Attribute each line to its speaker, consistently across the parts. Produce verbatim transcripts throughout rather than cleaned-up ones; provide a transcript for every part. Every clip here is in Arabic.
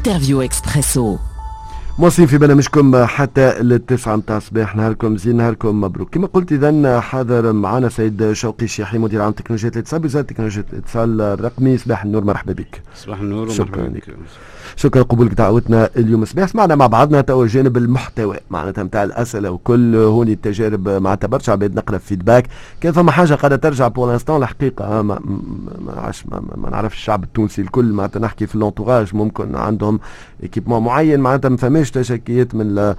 Speaker 1: انترفيو اكسبريسو.
Speaker 2: موصلين في برنامجكم حتى للتسعة متاع الصباح. نهاركم زين، نهاركم مبروك. كما قلت اذا حاضر معنا سيد شوقي الشيحي مدير عام تكنولوجيا الاتصال بوزارة تكنولوجيا الاتصال الرقمي. صباح النور، مرحبا بك.
Speaker 3: صباح النور ومرحبا بك.
Speaker 2: شكرا قبولك دعوتنا اليوم الصباح. سمعنا مع بعضنا تو جانب المحتوى معناتها نتاع الاسئله وكل هوني التجارب معناتها برشا عباد نقرا فيدباك. كان فما حاجه قاعده ترجع بور لانستون الحقيقه ما ما, ما, ما نعرفش الشعب التونسي الكل معناتها نحكي في اللونتوراج ممكن عندهم ايكيبمون معين معناتها ما فماش تشكيات من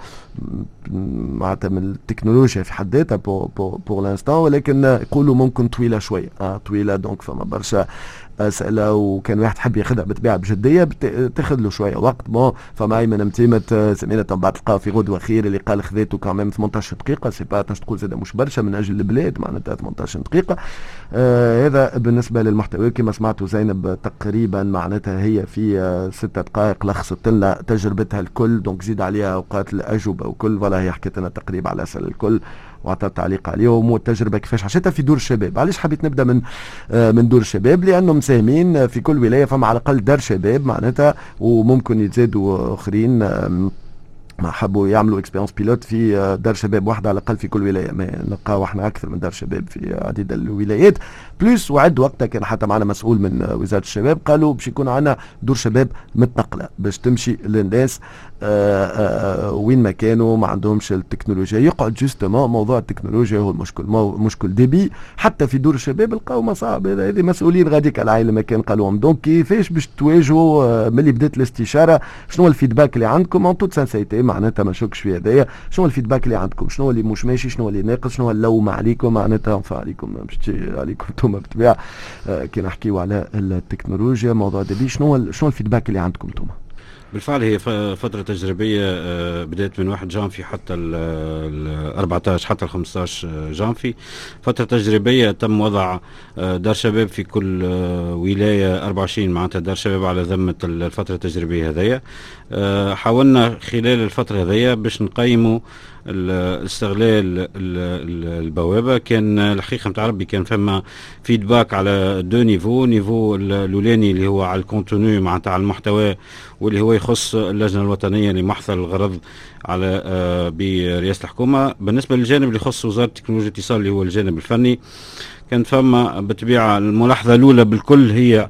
Speaker 2: معناتها من التكنولوجيا في حد ذاتها بور بور بور لانستون، ولكن يقولوا ممكن طويله شويه اه طويله. دونك فما برشا اسئله وكان واحد حب ياخذها بالطبيعه بجديه تاخذ له شويه وقت. بون فما ايمن متيمت سمينا بعد تلقاه في غدوه خير اللي قال خذيته كمان ثمانية عشر دقيقه. سي با تقول زاد مش برشا من اجل البلاد معناتها ثمانية عشر دقيقه. آه هذا بالنسبه للمحتوى. كما سمعتوا زينب تقريبا معناتها هي في آه ستة دقائق لخصت لنا تجربتها الكل. دونك زيد عليها اوقات الاجوبه وكل فوالا هي حكيت لنا تقريبا على الاسئله الكل وعطت تعليق عليهم والتجربه كيفاش عشتها في دور الشباب. علاش حبيت نبدا من آه من دور الشباب؟ لانه مساهمين في كل ولايه فما على الاقل دار شباب معناتها وممكن يتزادوا اخرين آه ما حبوا يعملوا اكسبيرينس بيلوت في دار شباب واحده على الاقل في كل ولايه. ما نلقاو احنا اكثر من دار شباب في عديد الولايات بلوس. وعد وقتها كان حتى معنا مسؤول من وزاره الشباب قالوا باش يكون عندنا دور شباب متنقله باش تمشي للناس آآ آآ وين ما كانوا ما عندهمش التكنولوجيا. يقعد جوستومون موضوع التكنولوجيا هو المشكل. مشكل ديبي حتى في دور الشباب لقاو مصاعب. هذه مسؤولين غاديك على العائله ما كان قالوهم. دونك كيفاش باش تواجهوا ملي بدات الاستشاره؟ شنو الفيدباك اللي عندكم ان توت سانسيتي معناتها ما نشكش في هذايا؟ شنو الفيدباك اللي عندكم؟ شنو اللي مش ماشي؟ شنو اللي ناقص؟ شنو اللوم عليكم معناتها عليكم مش عليكم انتم بالطبيعه آه كي نحكيوا على التكنولوجيا موضوع ديبي. شنو شنو الفيدباك اللي عندكم انتم؟
Speaker 3: بالفعل هي فترة تجريبية بدأت من واحد جانفي حتى ال أربعة عشر حتى ال خمسة عشر جانفي. فترة تجريبية تم وضع دار شباب في كل ولاية أربعة وعشرين معناتها دار شباب على ذمة الفترة التجريبية هذية. حاولنا خلال الفترة هذية باش نقيموا الاستغلال البوابة. كان الحقيقة متاع ربي كان فما فيدباك على دو نيفو. نيفو الأولاني اللي هو على الكونتوني معناتها على المحتوى واللي هو يخص اللجنة الوطنية لمحصل الغرض على برئاسة الحكومة. بالنسبة للجانب اللي يخص وزارة التكنولوجيا الاتصال اللي هو الجانب الفني كان فما بالطبيعة الملاحظة الأولى بالكل هي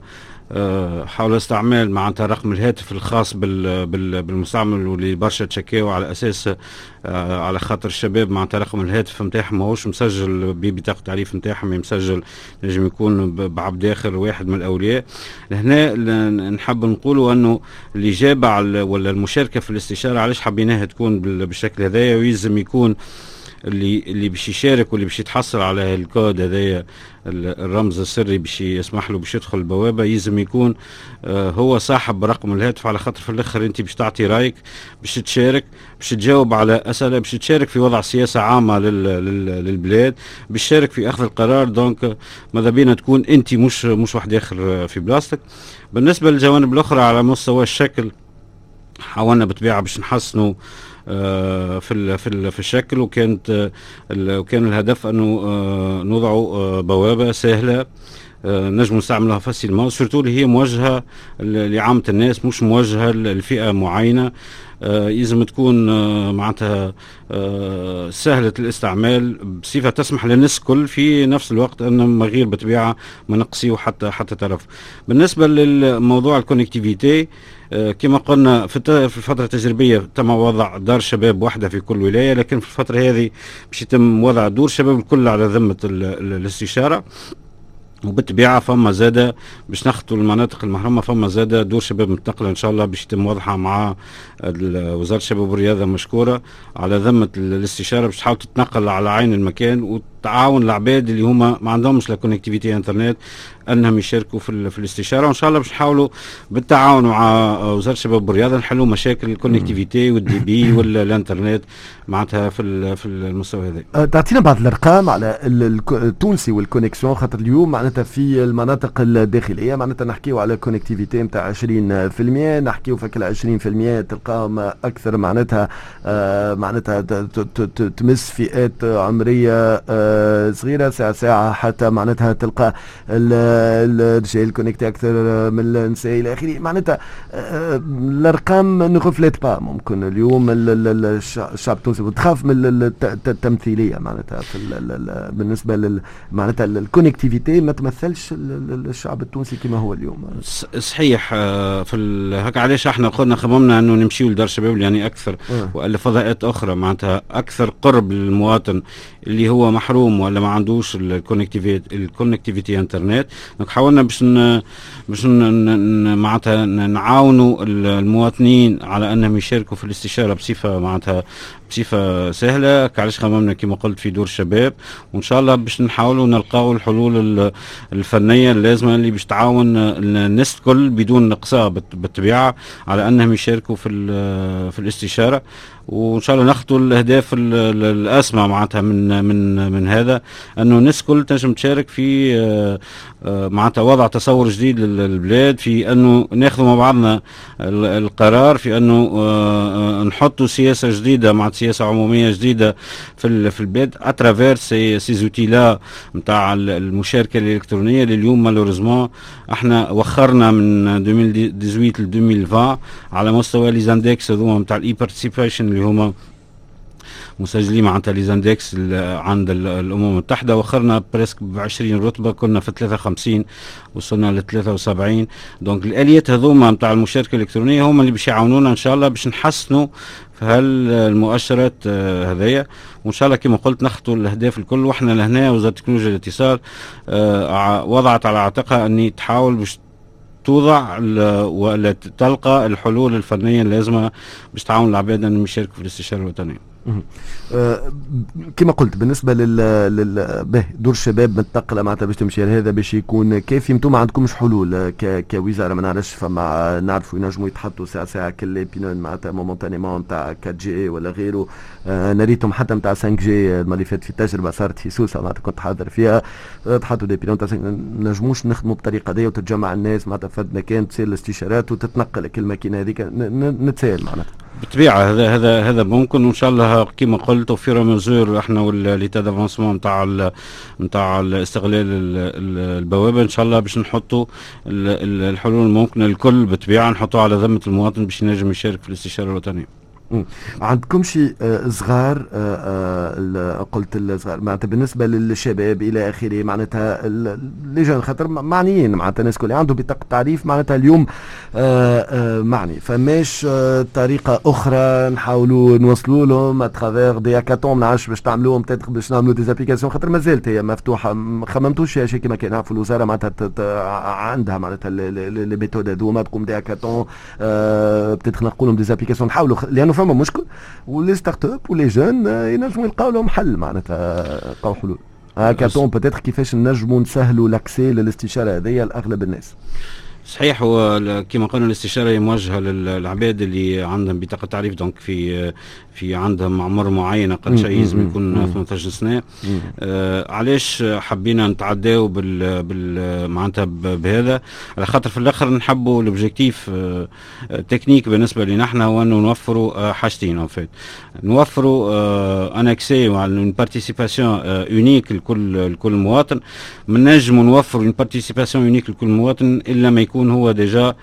Speaker 3: حول استعمال معناتها رقم الهاتف الخاص بالمستعمل واللي برشا تشكاو على اساس على خاطر الشباب معناتها رقم الهاتف نتاعهم ماهوش مسجل ببطاقه التعريف نتاعهم، مسجل نجم يكون بعبد اخر واحد من الاولياء. هنا نحب نقولوا انه الاجابه على ولا المشاركه في الاستشاره علاش حبيناها تكون بالشكل هذايا، ويلزم يكون اللي اللي باش يشارك واللي باش يتحصل على الكود هذايا الرمز السري باش يسمح له باش يدخل البوابه، يلزم يكون آه هو صاحب رقم الهاتف، على خاطر في الاخر انت باش تعطي رايك، باش تشارك، باش تجاوب على اسئله، باش تشارك في وضع سياسه عامه لل لل للبلاد، باش تشارك في اخذ القرار. دونك ماذا بينا تكون انت مش مش واحد اخر في بلاصتك. بالنسبه للجوانب الاخرى على مستوى الشكل حاولنا بطبيعه باش نحسنوا آه في ال في ال في الشكل، وكانت آه وكان الهدف انه آه نوضعوا آه بوابه سهله آه نجم نستعملها فاسيلمون، سورتو اللي هي موجهه لعامه الناس مش موجهه لفئه معينه. آه يلزم تكون آه معناتها آه سهله الاستعمال بصفه تسمح للناس الكل، في نفس الوقت ان ما غير بطبيعه ما نقصيو حتى حتى طرف. بالنسبه للموضوع الكونكتيفيتي كما قلنا في الفترة التجريبية تم وضع دار شباب واحدة في كل ولاية، لكن في الفترة هذه باش يتم وضع دور شباب الكل على ذمة الاستشارة. وبالطبيعة فما زادة باش نخطوا المناطق المحرومة، فما زادة دور شباب متنقلة ان شاء الله باش يتم وضعها مع وزارة الشباب والرياضة مشكورة على ذمة الاستشارة، باش تحاول تتنقل على عين المكان وتعاون العباد اللي هما ما عندهمش لا كونكتيفيتي انترنت انهم يشاركوا في, في الاستشارة. وان شاء الله باش نحاولوا بالتعاون مع وزارة الشباب والرياضة نحلوا مشاكل الكونكتيفيتي والدي بي ولا الانترنت معناتها في في المستوى هذا.
Speaker 2: تعطينا بعض الارقام على التونسي والكونيكسيون، خاطر اليوم معناتها في المناطق الداخلية معناتها نحكيو على كونكتيفيتي نتاع عشرين بالمئة، نحكيو فك ال عشرين بالمئة تلقاهم اكثر معناتها آه معناتها تمس فئات عمرية آه صغيره ساعه ساعه حتى معناتها تلقى الرجال كونكتي اكثر من النساء الى اخره. معناتها الارقام ne reflète pas ممكن اليوم الشعب التونسي تخاف من التمثيليه معناتها في بالنسبه لل معناتها الكونكتيفيتي ما تمثلش الشعب التونسي كما هو اليوم.
Speaker 3: صحيح. في هكا علاش احنا قلنا خممنا انه نمشيو لدار الشباب يعني اكثر أه. ولا فضاءات اخرى معناتها اكثر قرب للمواطن اللي هو محروم ولا ما عندوش الكونكتيفيتي الكونكتيفيتي انترنت. دونك حاولنا باش باش معناتها نعاونوا المواطنين على انهم يشاركوا في الاستشاره بصفه معناتها بصفه سهله. علاش خممنا كما قلت في دور الشباب، وان شاء الله باش نحاولوا نلقاو الحلول الفنيه اللازمه اللي باش تعاون الناس الكل بدون نقصاء بالطبيعه على انهم يشاركوا في في الاستشاره. وان شاء الله ناخذوا الاهداف الاسمى معناتها من من من هذا انه الناس الكل تنجم تشارك في معناتها وضع تصور جديد للبلاد، في انه ناخذوا مع بعضنا القرار في انه نحطوا سياسه جديده مع سياسه عموميه جديده في في البلاد اترافير سي سي زوتي لا نتاع المشاركه الالكترونيه اللي اليوم مالوريزمون احنا وخرنا من ألفين وثمانية عشر ل ألفين وعشرين على مستوى لي زاندكس هذوما نتاع الاي بارتيسيبيشن اللي هما مسجلين معناتها لي زاندكس عند الامم المتحده. وخرنا بريسك ب عشرين رتبه، كنا في ثلاثة وخمسين وصلنا ل ثلاثة وسبعين. دونك الاليات هذوما نتاع المشاركه الالكترونيه هما اللي باش يعاونونا ان شاء الله باش نحسنوا في هالمؤشرات آه هذيا. وان شاء الله كما قلت نخطوا الاهداف الكل. واحنا لهنا وزاره التكنولوجيا والاتصال آه وضعت على عاتقها اني تحاول باش توضع ولا تلقى الحلول الفنيه اللازمه باش تعاون العباد انهم يشاركوا في الاستشاره الوطنيه.
Speaker 2: أه كما قلت بالنسبه لل, لل... به دور الشباب متقله معناتها باش تمشي هذا باش يكون كافي. انتم ما عندكمش حلول ك... كوزاره ما نعرفش فما نعرفوا ينجموا يتحطوا ساعه ساعه كل بينون معناتها مومونتانيمون نتاع أربعة جي ولا غيره. أه نريتهم حتى نتاع خمسة جي المره اللي فاتت في تجربه صارت في سوسه معناتها كنت حاضر فيها تحطوا دي بينون تاع نجموش نخدموا بطريقه دي وتتجمع الناس معناتها فد مكان تصير الاستشارات وتتنقل كل الماكينه هذيك نتسائل معناتها
Speaker 3: بالطبيعه. هذا هذا هذا ممكن وان شاء الله كما قلت وفي مزور احنا والليتا دافونسمون نتاع نتاع استغلال البوابه ان شاء الله باش نحطوا الحلول الممكنه الكل بالطبيعه نحطوها على ذمه المواطن باش ينجم يشارك في الاستشاره الوطنيه.
Speaker 2: عندكم شيء صغار قلت الصغار معناتها بالنسبه للشباب الى اخره معناتها لي جون خاطر معنيين معناتها الناس كل عندهم بطاقه تعريف معناتها اليوم معني فماش طريقه اخرى نحاولوا نوصلوا لهم اترافير دي هاكاطون ما نعرفش باش تعملوهم تاتر باش نعملوا دي ابليكاسيون خاطر مازالت هي مفتوحه ما خممتوش فيها شيء كما كان نعرفوا الوزاره معناتها عندها معناتها لي ميثود هذوما تقوم دي هاكاطون بتدخل نقول لهم دي ابليكاسيون نحاولوا لانه فما مشكل ولي ستارت اب ولي جون ينجموا يلقاو لهم حل معناتها يلقاو حلول. هاكاطون بتاتر كيفاش نجموا نسهلوا لاكسي للاستشاره هذيا لاغلب الناس.
Speaker 3: صحيح. هو كما قلنا الاستشاره هي موجهه للعباد اللي عندهم بطاقه تعريف دونك في في عندهم عمر معين اقل شيء لازم يكون ثمانية عشر سنه. آه علاش حبينا نتعداو بال, بال معناتها بهذا على خاطر في الاخر نحبوا الاوبجيكتيف آه تكنيك بالنسبه لنا احنا هو انه نوفروا آه حاجتين ان فيت نوفروا آه ان اكسي وعلى بارتيسيباسيون اونيك لكل لكل مواطن. من نجموا نوفروا une participation unique لكل مواطن الا ما يكون هو ديجا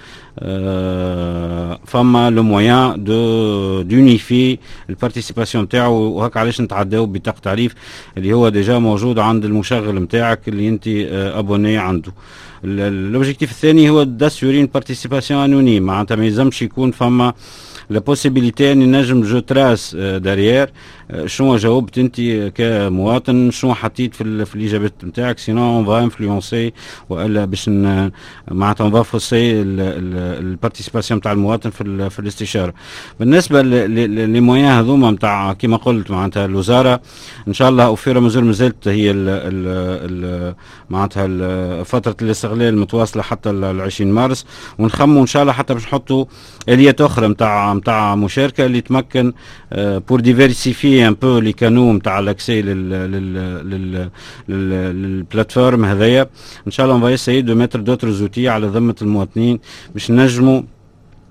Speaker 3: فما لو مويان دو دونيفي البارتيسيباسيون نتاعو. وهكا علاش نتعداو بطاقه تعريف اللي هو ديجا موجود عند المشغل نتاعك اللي انت ابوني عنده. الاوبجيكتيف الثاني هو داسيوري بارتيسيباسيون انونيم معناتها ما يلزمش يكون فما لا بوسيبيليتي اني نجم جو تراس داريير شنو جاوبت انت كمواطن شنو حطيت في في الاجابات نتاعك سينون اون فا انفلونسي والا باش معناتها اون فا فوسي البارتيسيباسيون نتاع المواطن في في الاستشاره. بالنسبه لي مويان هذوما نتاع كما قلت معناتها الوزاره ان شاء الله اوفير مزور مازالت هي معناتها فتره الاستغلال المتواصله حتى ل عشرين مارس ونخموا ان شاء الله حتى باش نحطوا اليات اخرى نتاع نتاع مشاركه اللي تمكن بور ديفيرسيفي ان بو لي كانو نتاع لاكسي لل للبلاتفورم هذايا. ان شاء الله on va essayer de mettre d'autres outils على ذمه المواطنين باش نجموا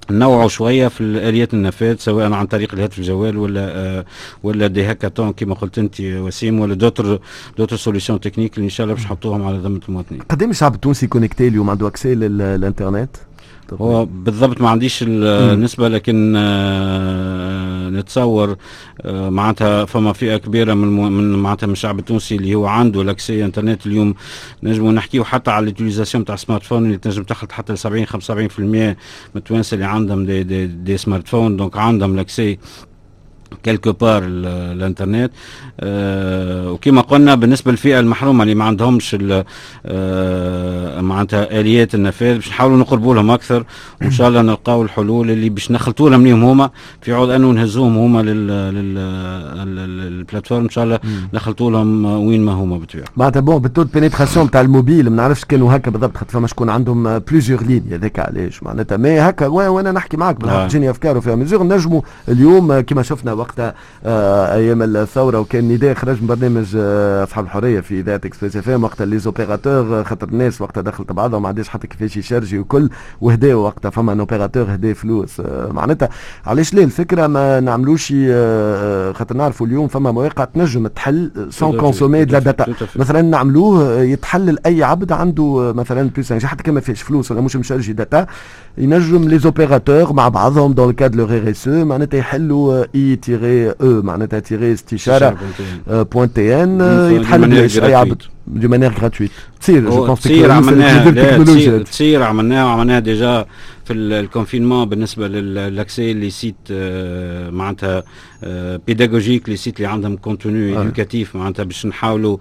Speaker 3: نوعوا شويه في الاليات النفاذ سواء عن طريق الهاتف الجوال ولا آه ولا دي هاكاثون كما قلت انت وسيم، ولا دوتر دوتر سوليسيون تكنيك اللي ان شاء الله باش نحطوهم على ذمه المواطنين.
Speaker 2: قدام الشعب التونسي كونكتي اليوم عنده اكسي للانترنت؟
Speaker 3: هو بالضبط ما عنديش النسبة، لكن آه نتصور آه معناتها فما فئة كبيرة من من معناتها من الشعب التونسي اللي هو عنده لاكسي انترنت اليوم. نجموا نحكيو حتى على اليوتيليزاسيون تاع سمارت فون اللي تنجم تخلط حتى ل سبعين خمسة وسبعين بالمئة من التوانسة اللي عندهم دي, دي, دي سمارت فون، دونك عندهم لاكسي كيلكو بار الانترنت. آه وكما قلنا بالنسبه للفئه المحرومه اللي ما عندهمش آه معناتها اليات النفاذ باش نحاولوا نقربوا لهم اكثر، وان شاء الله نلقاو الحلول اللي باش نخلطوا لهم ليهم هما في عوض انه نهزوهم هما للبلاتفورم. ان شاء الله نخلطوا لهم وين ما هما بالطبيعه.
Speaker 2: معناتها بون بالتو بينيتراسيون تاع الموبيل ما نعرفش كانوا هكا بالضبط، خاطر فما شكون عندهم بليزيور لين هذاك علاش معناتها مي هكا وانا نحكي معاك بالحق تجيني افكار وفيها ميزور نجموا اليوم كما شفنا وقتها آه ايام الثوره وكان نداء خرج من برنامج آه اصحاب الحريه في اذاعه اكسبريس اف ام وقتها لي زوبيراتور خاطر الناس وقتها دخلت بعضهم ما عندهاش حتى كيفاش يشارجي وكل وهداو وقتها فما ان اوبيراتور هدا فلوس آه معناتها علاش ليه الفكره ما نعملوش آه خاطر نعرفوا اليوم فما مواقع تنجم تحل سون كونسومي دو لا داتا مثلا نعملوه يتحلل اي عبد عنده مثلا بلوس حتى كما فيش فلوس ولا مش مشارجي داتا ينجم لي زوبيراتور مع بعضهم دون الكاد لو ار اس او معناتها يحلوا اي تيري او معناتها تيري استشاره بوان تي ان يتحل بلاش اي عبد دي مانيير غراتويت تصير جو بونس
Speaker 3: تصير عملناها تصير عملناها وعملناها ديجا في الكونفينمون بالنسبه للاكسي لي سيت معناتها بيداغوجيك لي سيت اللي عندهم كونتوني ادوكاتيف معناتها باش نحاولوا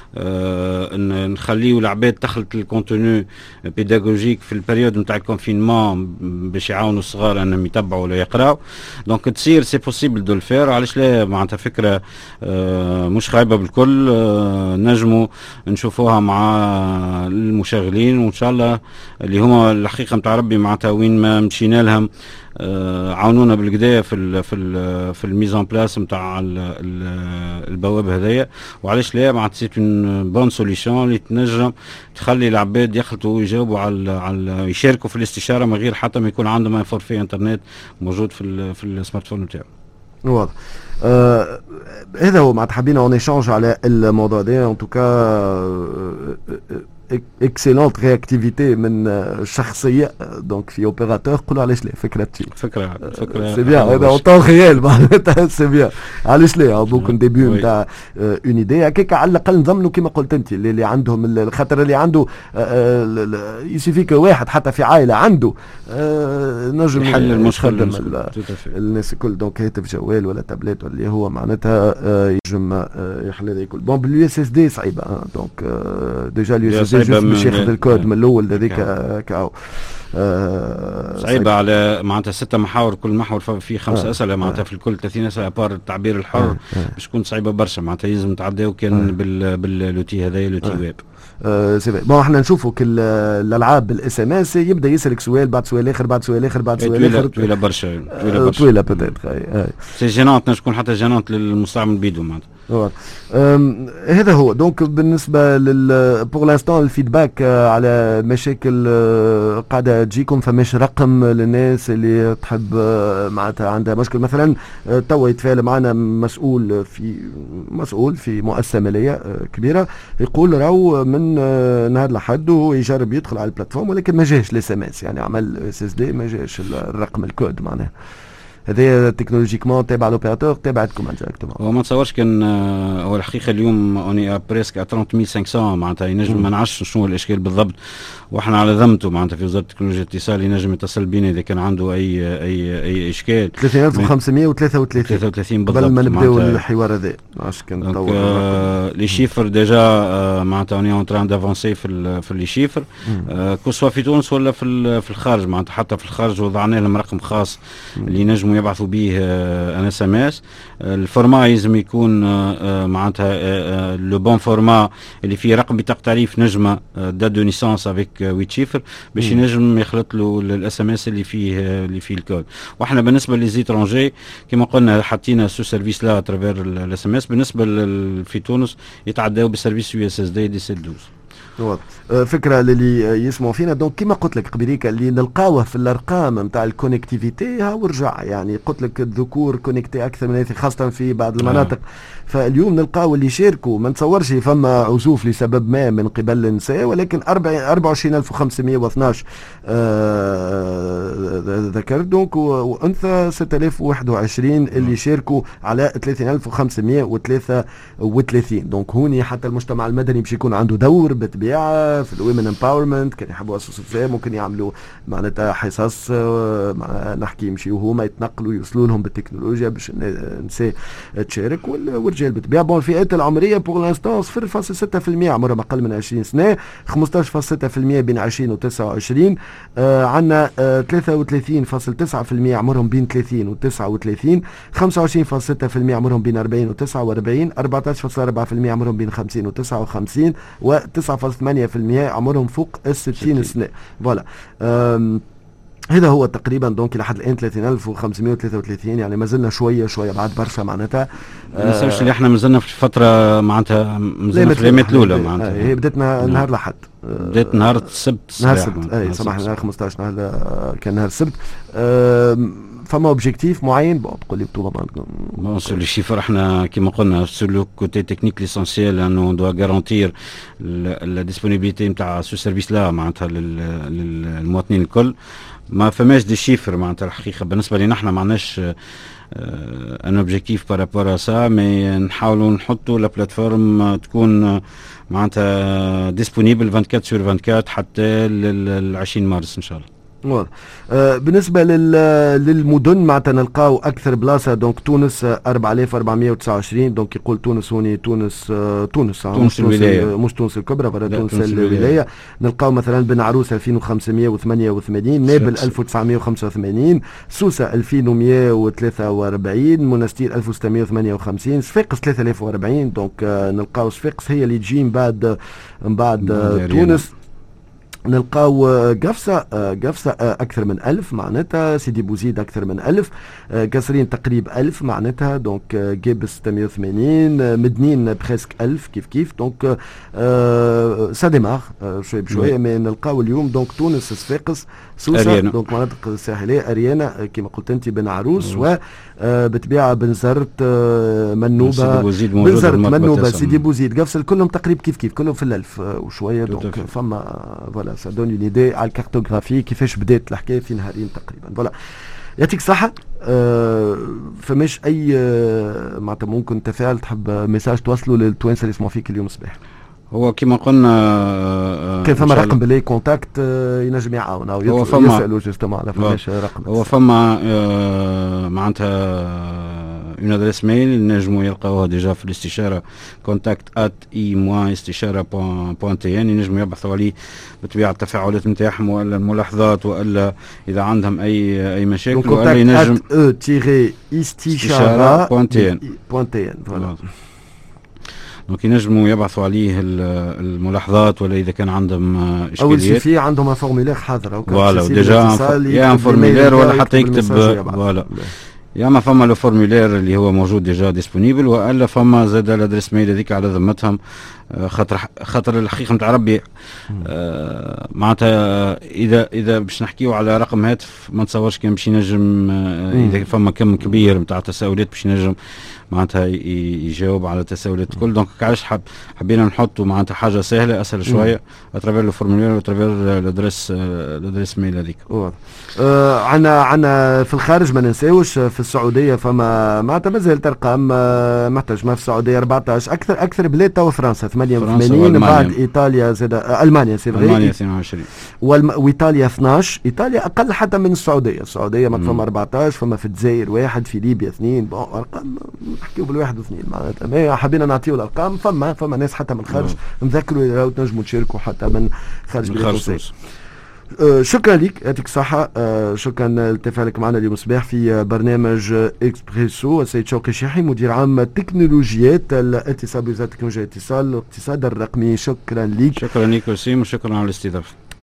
Speaker 3: نخليو العباد تخلط الكونتوني بيداغوجيك في البريود نتاع الكونفينمون باش يعاونوا الصغار انهم يتبعوا ولا يقراوا. دونك تصير سي بوسيبل دو الفير، علاش لا معناتها فكره مش خايبه بالكل. نجموا نشوفوها مع المشغلين وان شاء الله اللي هما الحقيقه نتاع ربي معناتها وين ما مشينا لهم آه عاونونا بالقدا في ال في ال في الميزان بلاس نتاع البواب هذايا. وعلاش لا معناتها سي اون بون سوليسيون اللي تنجم تخلي العباد يخلطوا ويجاوبوا على على يشاركوا في الاستشاره من غير حتى ما يكون عندهم فورفي انترنت موجود في ال في السمارت فون نتاعو.
Speaker 2: واضح. آه هذا هو معناتها حبينا اون ايشانج على الموضوع ده ان توكا اكسيلونت رياكتيفيتي من شخصيه دونك في اوبيراتور قولوا علاش لا فكره
Speaker 3: فكره فكره
Speaker 2: سي بيان هذا اون طون ريال معناتها سي بيان علاش لا بوكن ديبي نتاع اون ايدي هكاك على الاقل نضمنوا كما قلت انت اللي عندهم الخطر اللي عنده يسيفيك واحد حتى في عائله عنده نجم
Speaker 3: يحل المشكل
Speaker 2: الناس الكل دونك هاتف جوال ولا تابلت اللي هو معناتها ينجم يحل هذا الكل. بون باليو اس اس دي صعيبه دونك ديجا اليو اس اس دي باش ياخذ الكود من الاول هذيك كاو
Speaker 3: آه صعيبه على معناتها ستة محاور كل محور فيه خمسة آه اسئله معناتها آه في الكل ثلاثين اسئله بار التعبير الحر آه باش تكون صعيبه برشا معناتها لازم تعداو كان آه بال باللوتي هذايا لوتي آه ويب.
Speaker 2: آه سي بون احنا نشوفوا كل الالعاب بالاس ام اس يبدا يسالك سؤال بعد سؤال اخر بعد سؤال اخر بعد سؤال اخر
Speaker 3: طويله برشا
Speaker 2: طويله برشا طويله بوتيتر
Speaker 3: سي جينونت تكون حتى جينونت للمستعمل بيدو معناتها.
Speaker 2: هذا هو دونك بالنسبه لل بور لانستون الفيدباك على مشاكل قاعده تجيكم فماش رقم للناس اللي تحب معناتها عندها مشكل مثلا توا يتفاعل معنا مسؤول في مسؤول في مؤسسه ماليه كبيره يقول راهو من نهار لحد وهو يجرب يدخل على البلاتفورم ولكن ما جاش الاس ام اس يعني عمل اس اس دي ما جاش الرقم الكود معناها هذا تكنولوجيكمون تابع لوبيراتور تابعتكم ديريكتومون.
Speaker 3: هو ما تصورش كان هو الحقيقه اليوم اوني بريسك ثلاثين ألف وخمسمائة معناتها ينجم ما نعرفش شنو الاشكال بالضبط واحنا على ذمته معناتها في وزاره التكنولوجيا الاتصال ينجم يتصل بينا اذا كان عنده اي اي اي اشكال.
Speaker 2: ثلاثين ألف وخمسمائة وثلاثة وثلاثين
Speaker 3: ثلاثة وثلاثين بالضبط
Speaker 2: قبل ما نبداو الحوار هذا علاش كان
Speaker 3: طول آه لي شيفر ديجا آه معناتها اوني اون تران دافونسي في في لي شيفر آه كو سوا في تونس ولا في في الخارج معناتها حتى في الخارج وضعنا لهم رقم خاص اللي ينجموا يبعثوا به ان اس ام اس. الفورما لازم يكون معناتها لو بون فورما اللي فيه رقم بطاقه تعريف نجمه دات دو نيسانس افيك ويت شيفر باش ينجم يخلط له الاس ام اس اللي فيه اللي فيه الكود. واحنا بالنسبه للزيترونجي كما قلنا حطينا سو سيرفيس لا ترافير الاس ام اس. بالنسبه في تونس يتعداو بسيرفيس يو اس اس دي دي سي اثناشر
Speaker 2: فكره للي يسمعوا فينا. دونك كما قلت لك قبيليك اللي نلقاوه في الارقام نتاع الكونكتيفيتي ها ورجع، يعني قلت لك الذكور كونكتي اكثر من خاصه في بعض المناطق. آه. فاليوم نلقاو اللي يشاركوا، ما نتصورش فما عزوف لسبب ما من قبل النساء، ولكن أربعة وعشرين ألف وخمسمائة واثناش آه ذكر دونك، وانثى ستة آلاف وواحد وعشرين اللي شاركوا على ثلاثين ألف وخمسمائة وثلاثة وثلاثين. دونك هوني حتى المجتمع المدني باش يكون عنده دور بالطبيعه في الويمن امباورمنت، كان يحبوا اسوسياسيون ممكن يعملوا معناتها حصص نحكي يمشيوا هما يتنقلوا يوصلوا لهم بالتكنولوجيا باش النساء تشارك والرجال بالطبيعه. بون الفئات العمريه بور لانستون صفر فاصلة ستة بالمئة عمرهم اقل من عشرين سنه، خمسة عشر فاصلة ستة بالمئة بين عشرين و تسعة وعشرين، آه عندنا آه ثلاثة وثلاثين فاصلة تسعة بالمئة عمرهم بين ثلاثين و تسعة وثلاثين، خمسة وعشرين فاصلة ستة بالمئة عمرهم بين أربعين و تسعة وأربعين، أربعة عشر فاصلة أربعة بالمئة عمرهم بين خمسين و تسعة وخمسين، و تسعة فاصلة ثمانية بالمئة عمرهم فوق الستين سنه. فوالا هذا هو تقريبا دونك الى حد الان ثلاثين ألف وخمسمائة وثلاثة وثلاثين، يعني ما زلنا شويه شويه بعد برشا معناتها.
Speaker 3: ما ننساوش اللي احنا مازلنا في فتره معناتها مازلنا في الايامات الاولى معناتها.
Speaker 2: هي بدات نهار الاحد،
Speaker 3: بدات نهار السبت،
Speaker 2: نهار السبت اي صباح نهار خمسة عشر نهار كان نهار السبت. فما اوبجيكتيف معين تقول لي بطوله
Speaker 3: بون سو لي شيفر احنا كيما قلنا سو لو كوتي تكنيك ليسونسيال انه دو غارونتير لا ديسپونيبيليتي نتاع سو سيرفيس لا معناتها للمواطنين الكل. ما فماش دي شيفر معناتها الحقيقه بالنسبه لنا احنا ما عندناش ان اوبجيكتيف بارابور سا، مي نحاولوا نحطوا لا بلاتفورم تكون معناتها ديسپونيبل أربعة وعشرين سور أربعة وعشرين حتى ل عشرين مارس ان شاء الله.
Speaker 2: آه بالنسبه للمدن معناتها نلقاو اكثر بلاصه دونك تونس أربعة آلاف وأربعمائة وتسعة وعشرين، دونك يقول تونس هوني تونس آه تونس
Speaker 3: تونس الولايه
Speaker 2: مش تونس الكبرى ولا تونس الولايه. نلقاو مثلا بن عروس ألفين وخمسمائة وثمانية وثمانين، نابل ألف وتسعمائة وخمسة وثمانين، سوسه ألفين ومائة وثلاثة وأربعين، منستير ألف وستمائة وثمانية وخمسين، صفاقس ثلاثة آلاف وأربعين. دونك آه نلقاو صفاقس هي اللي تجي من بعد من بعد آه تونس. نلقاو قفصة قفصة أكثر من ألف معناتها، سيدي بوزيد أكثر من ألف، قصرين تقريب ألف معناتها، دونك جيبس ستمائة وثمانين، مدنين بريسك ألف كيف كيف. دونك سا ديمار شوي بشوي. مي نلقاو اليوم دونك تونس صفاقس سوسة دونك مناطق الساحلية، أريانا كما قلت أنت بن عروس، و بتبيعة بنزرت منوبة بنزرت منوبة سيدي بوزيد قفصة كلهم تقريب كيف كيف كلهم في الألف وشوية. دونك فما فوالا ça donne une idée على الكارتوغرافي كيفاش بدات الحكايه في نهارين تقريبا. فوالا يعطيك الصحه. أه فماش اي أه معناتها ممكن تفاعل تحب ميساج توصلوا للتوانسه اللي يسمعوا فيك اليوم الصباح؟
Speaker 3: هو كما قلنا
Speaker 2: كان فما رقم باللي كونتاكت أه ينجم يعاون او
Speaker 3: هو فما
Speaker 2: يسالوا جوستومون على فماش رقم.
Speaker 3: هو فما أه معناتها اون ادريس ميل ينجموا يلقاوها ديجا في الاستشاره كونتاكت ات اي موان استشاره بوان تي ان، ينجموا يبحثوا عليه بطبيعه التفاعلات نتاعهم ولا الملاحظات ولا اذا عندهم اي اي مشاكل،
Speaker 2: ولا ينجم او تيري استشاره بوان تي ان بوان تي ان. فوالا
Speaker 3: دونك ينجموا يبعثوا عليه الملاحظات ولا اذا كان عندهم اشكاليات.
Speaker 2: اول شيء في عندهم فورميلير حاضر
Speaker 3: فوالا ديجا يا فورميلير ولا حتى يكتب فوالا يا اما فما لو فورمولير اللي هو موجود ديجا ديسپونيبل، والا فما زاد الادريس ميل هذيك على ذمتهم. خاطر خاطر الحقيقه نتاع ربي آه معناتها اذا اذا باش نحكيو على رقم هاتف ما نتصورش كان باش ينجم آه اذا فما كم كبير نتاع تساؤلات باش ينجم معناتها يجاوب على التساؤلات الكل. دونك علاش حب حبينا نحطوا معناتها حاجه سهله اسهل شويه اترافير لو فورمولير واترافير الادريس الادريس ميل هذيك.
Speaker 2: آه عنا عنا في الخارج ما ننساوش في السعوديه فما معناتها مازالت ارقام آه محتاج ما في السعوديه أربعة عشر اكثر اكثر بلاد تو فرنسا ثمانية وثمانين، بعد ايطاليا زاد آه المانيا سي
Speaker 3: المانيا اثنين وعشرين
Speaker 2: والم... وايطاليا اثناش، ايطاليا اقل حتى من السعوديه. السعوديه ما فما أربعة عشر، فما في الجزائر واحد، في ليبيا اثنين. بون ارقام نحكيو بالواحد واثنين معناتها، ما حبينا نعطيو الارقام. فما فما ناس حتى من خارج نذكروا لو تنجموا تشاركوا حتى من خارج بلاد. آه شكرا لك يعطيك الصحة. آه شكرا لتفاعلك معنا اليوم الصباح في برنامج اكسبريسو. السيد شوقي شيحي مدير عام تكنولوجيات الاتصال بوزارة التكنولوجيا الاتصال والاقتصاد الرقمي. شكرا لك.
Speaker 3: شكرا لك وسيم وشكرا على الاستضافة.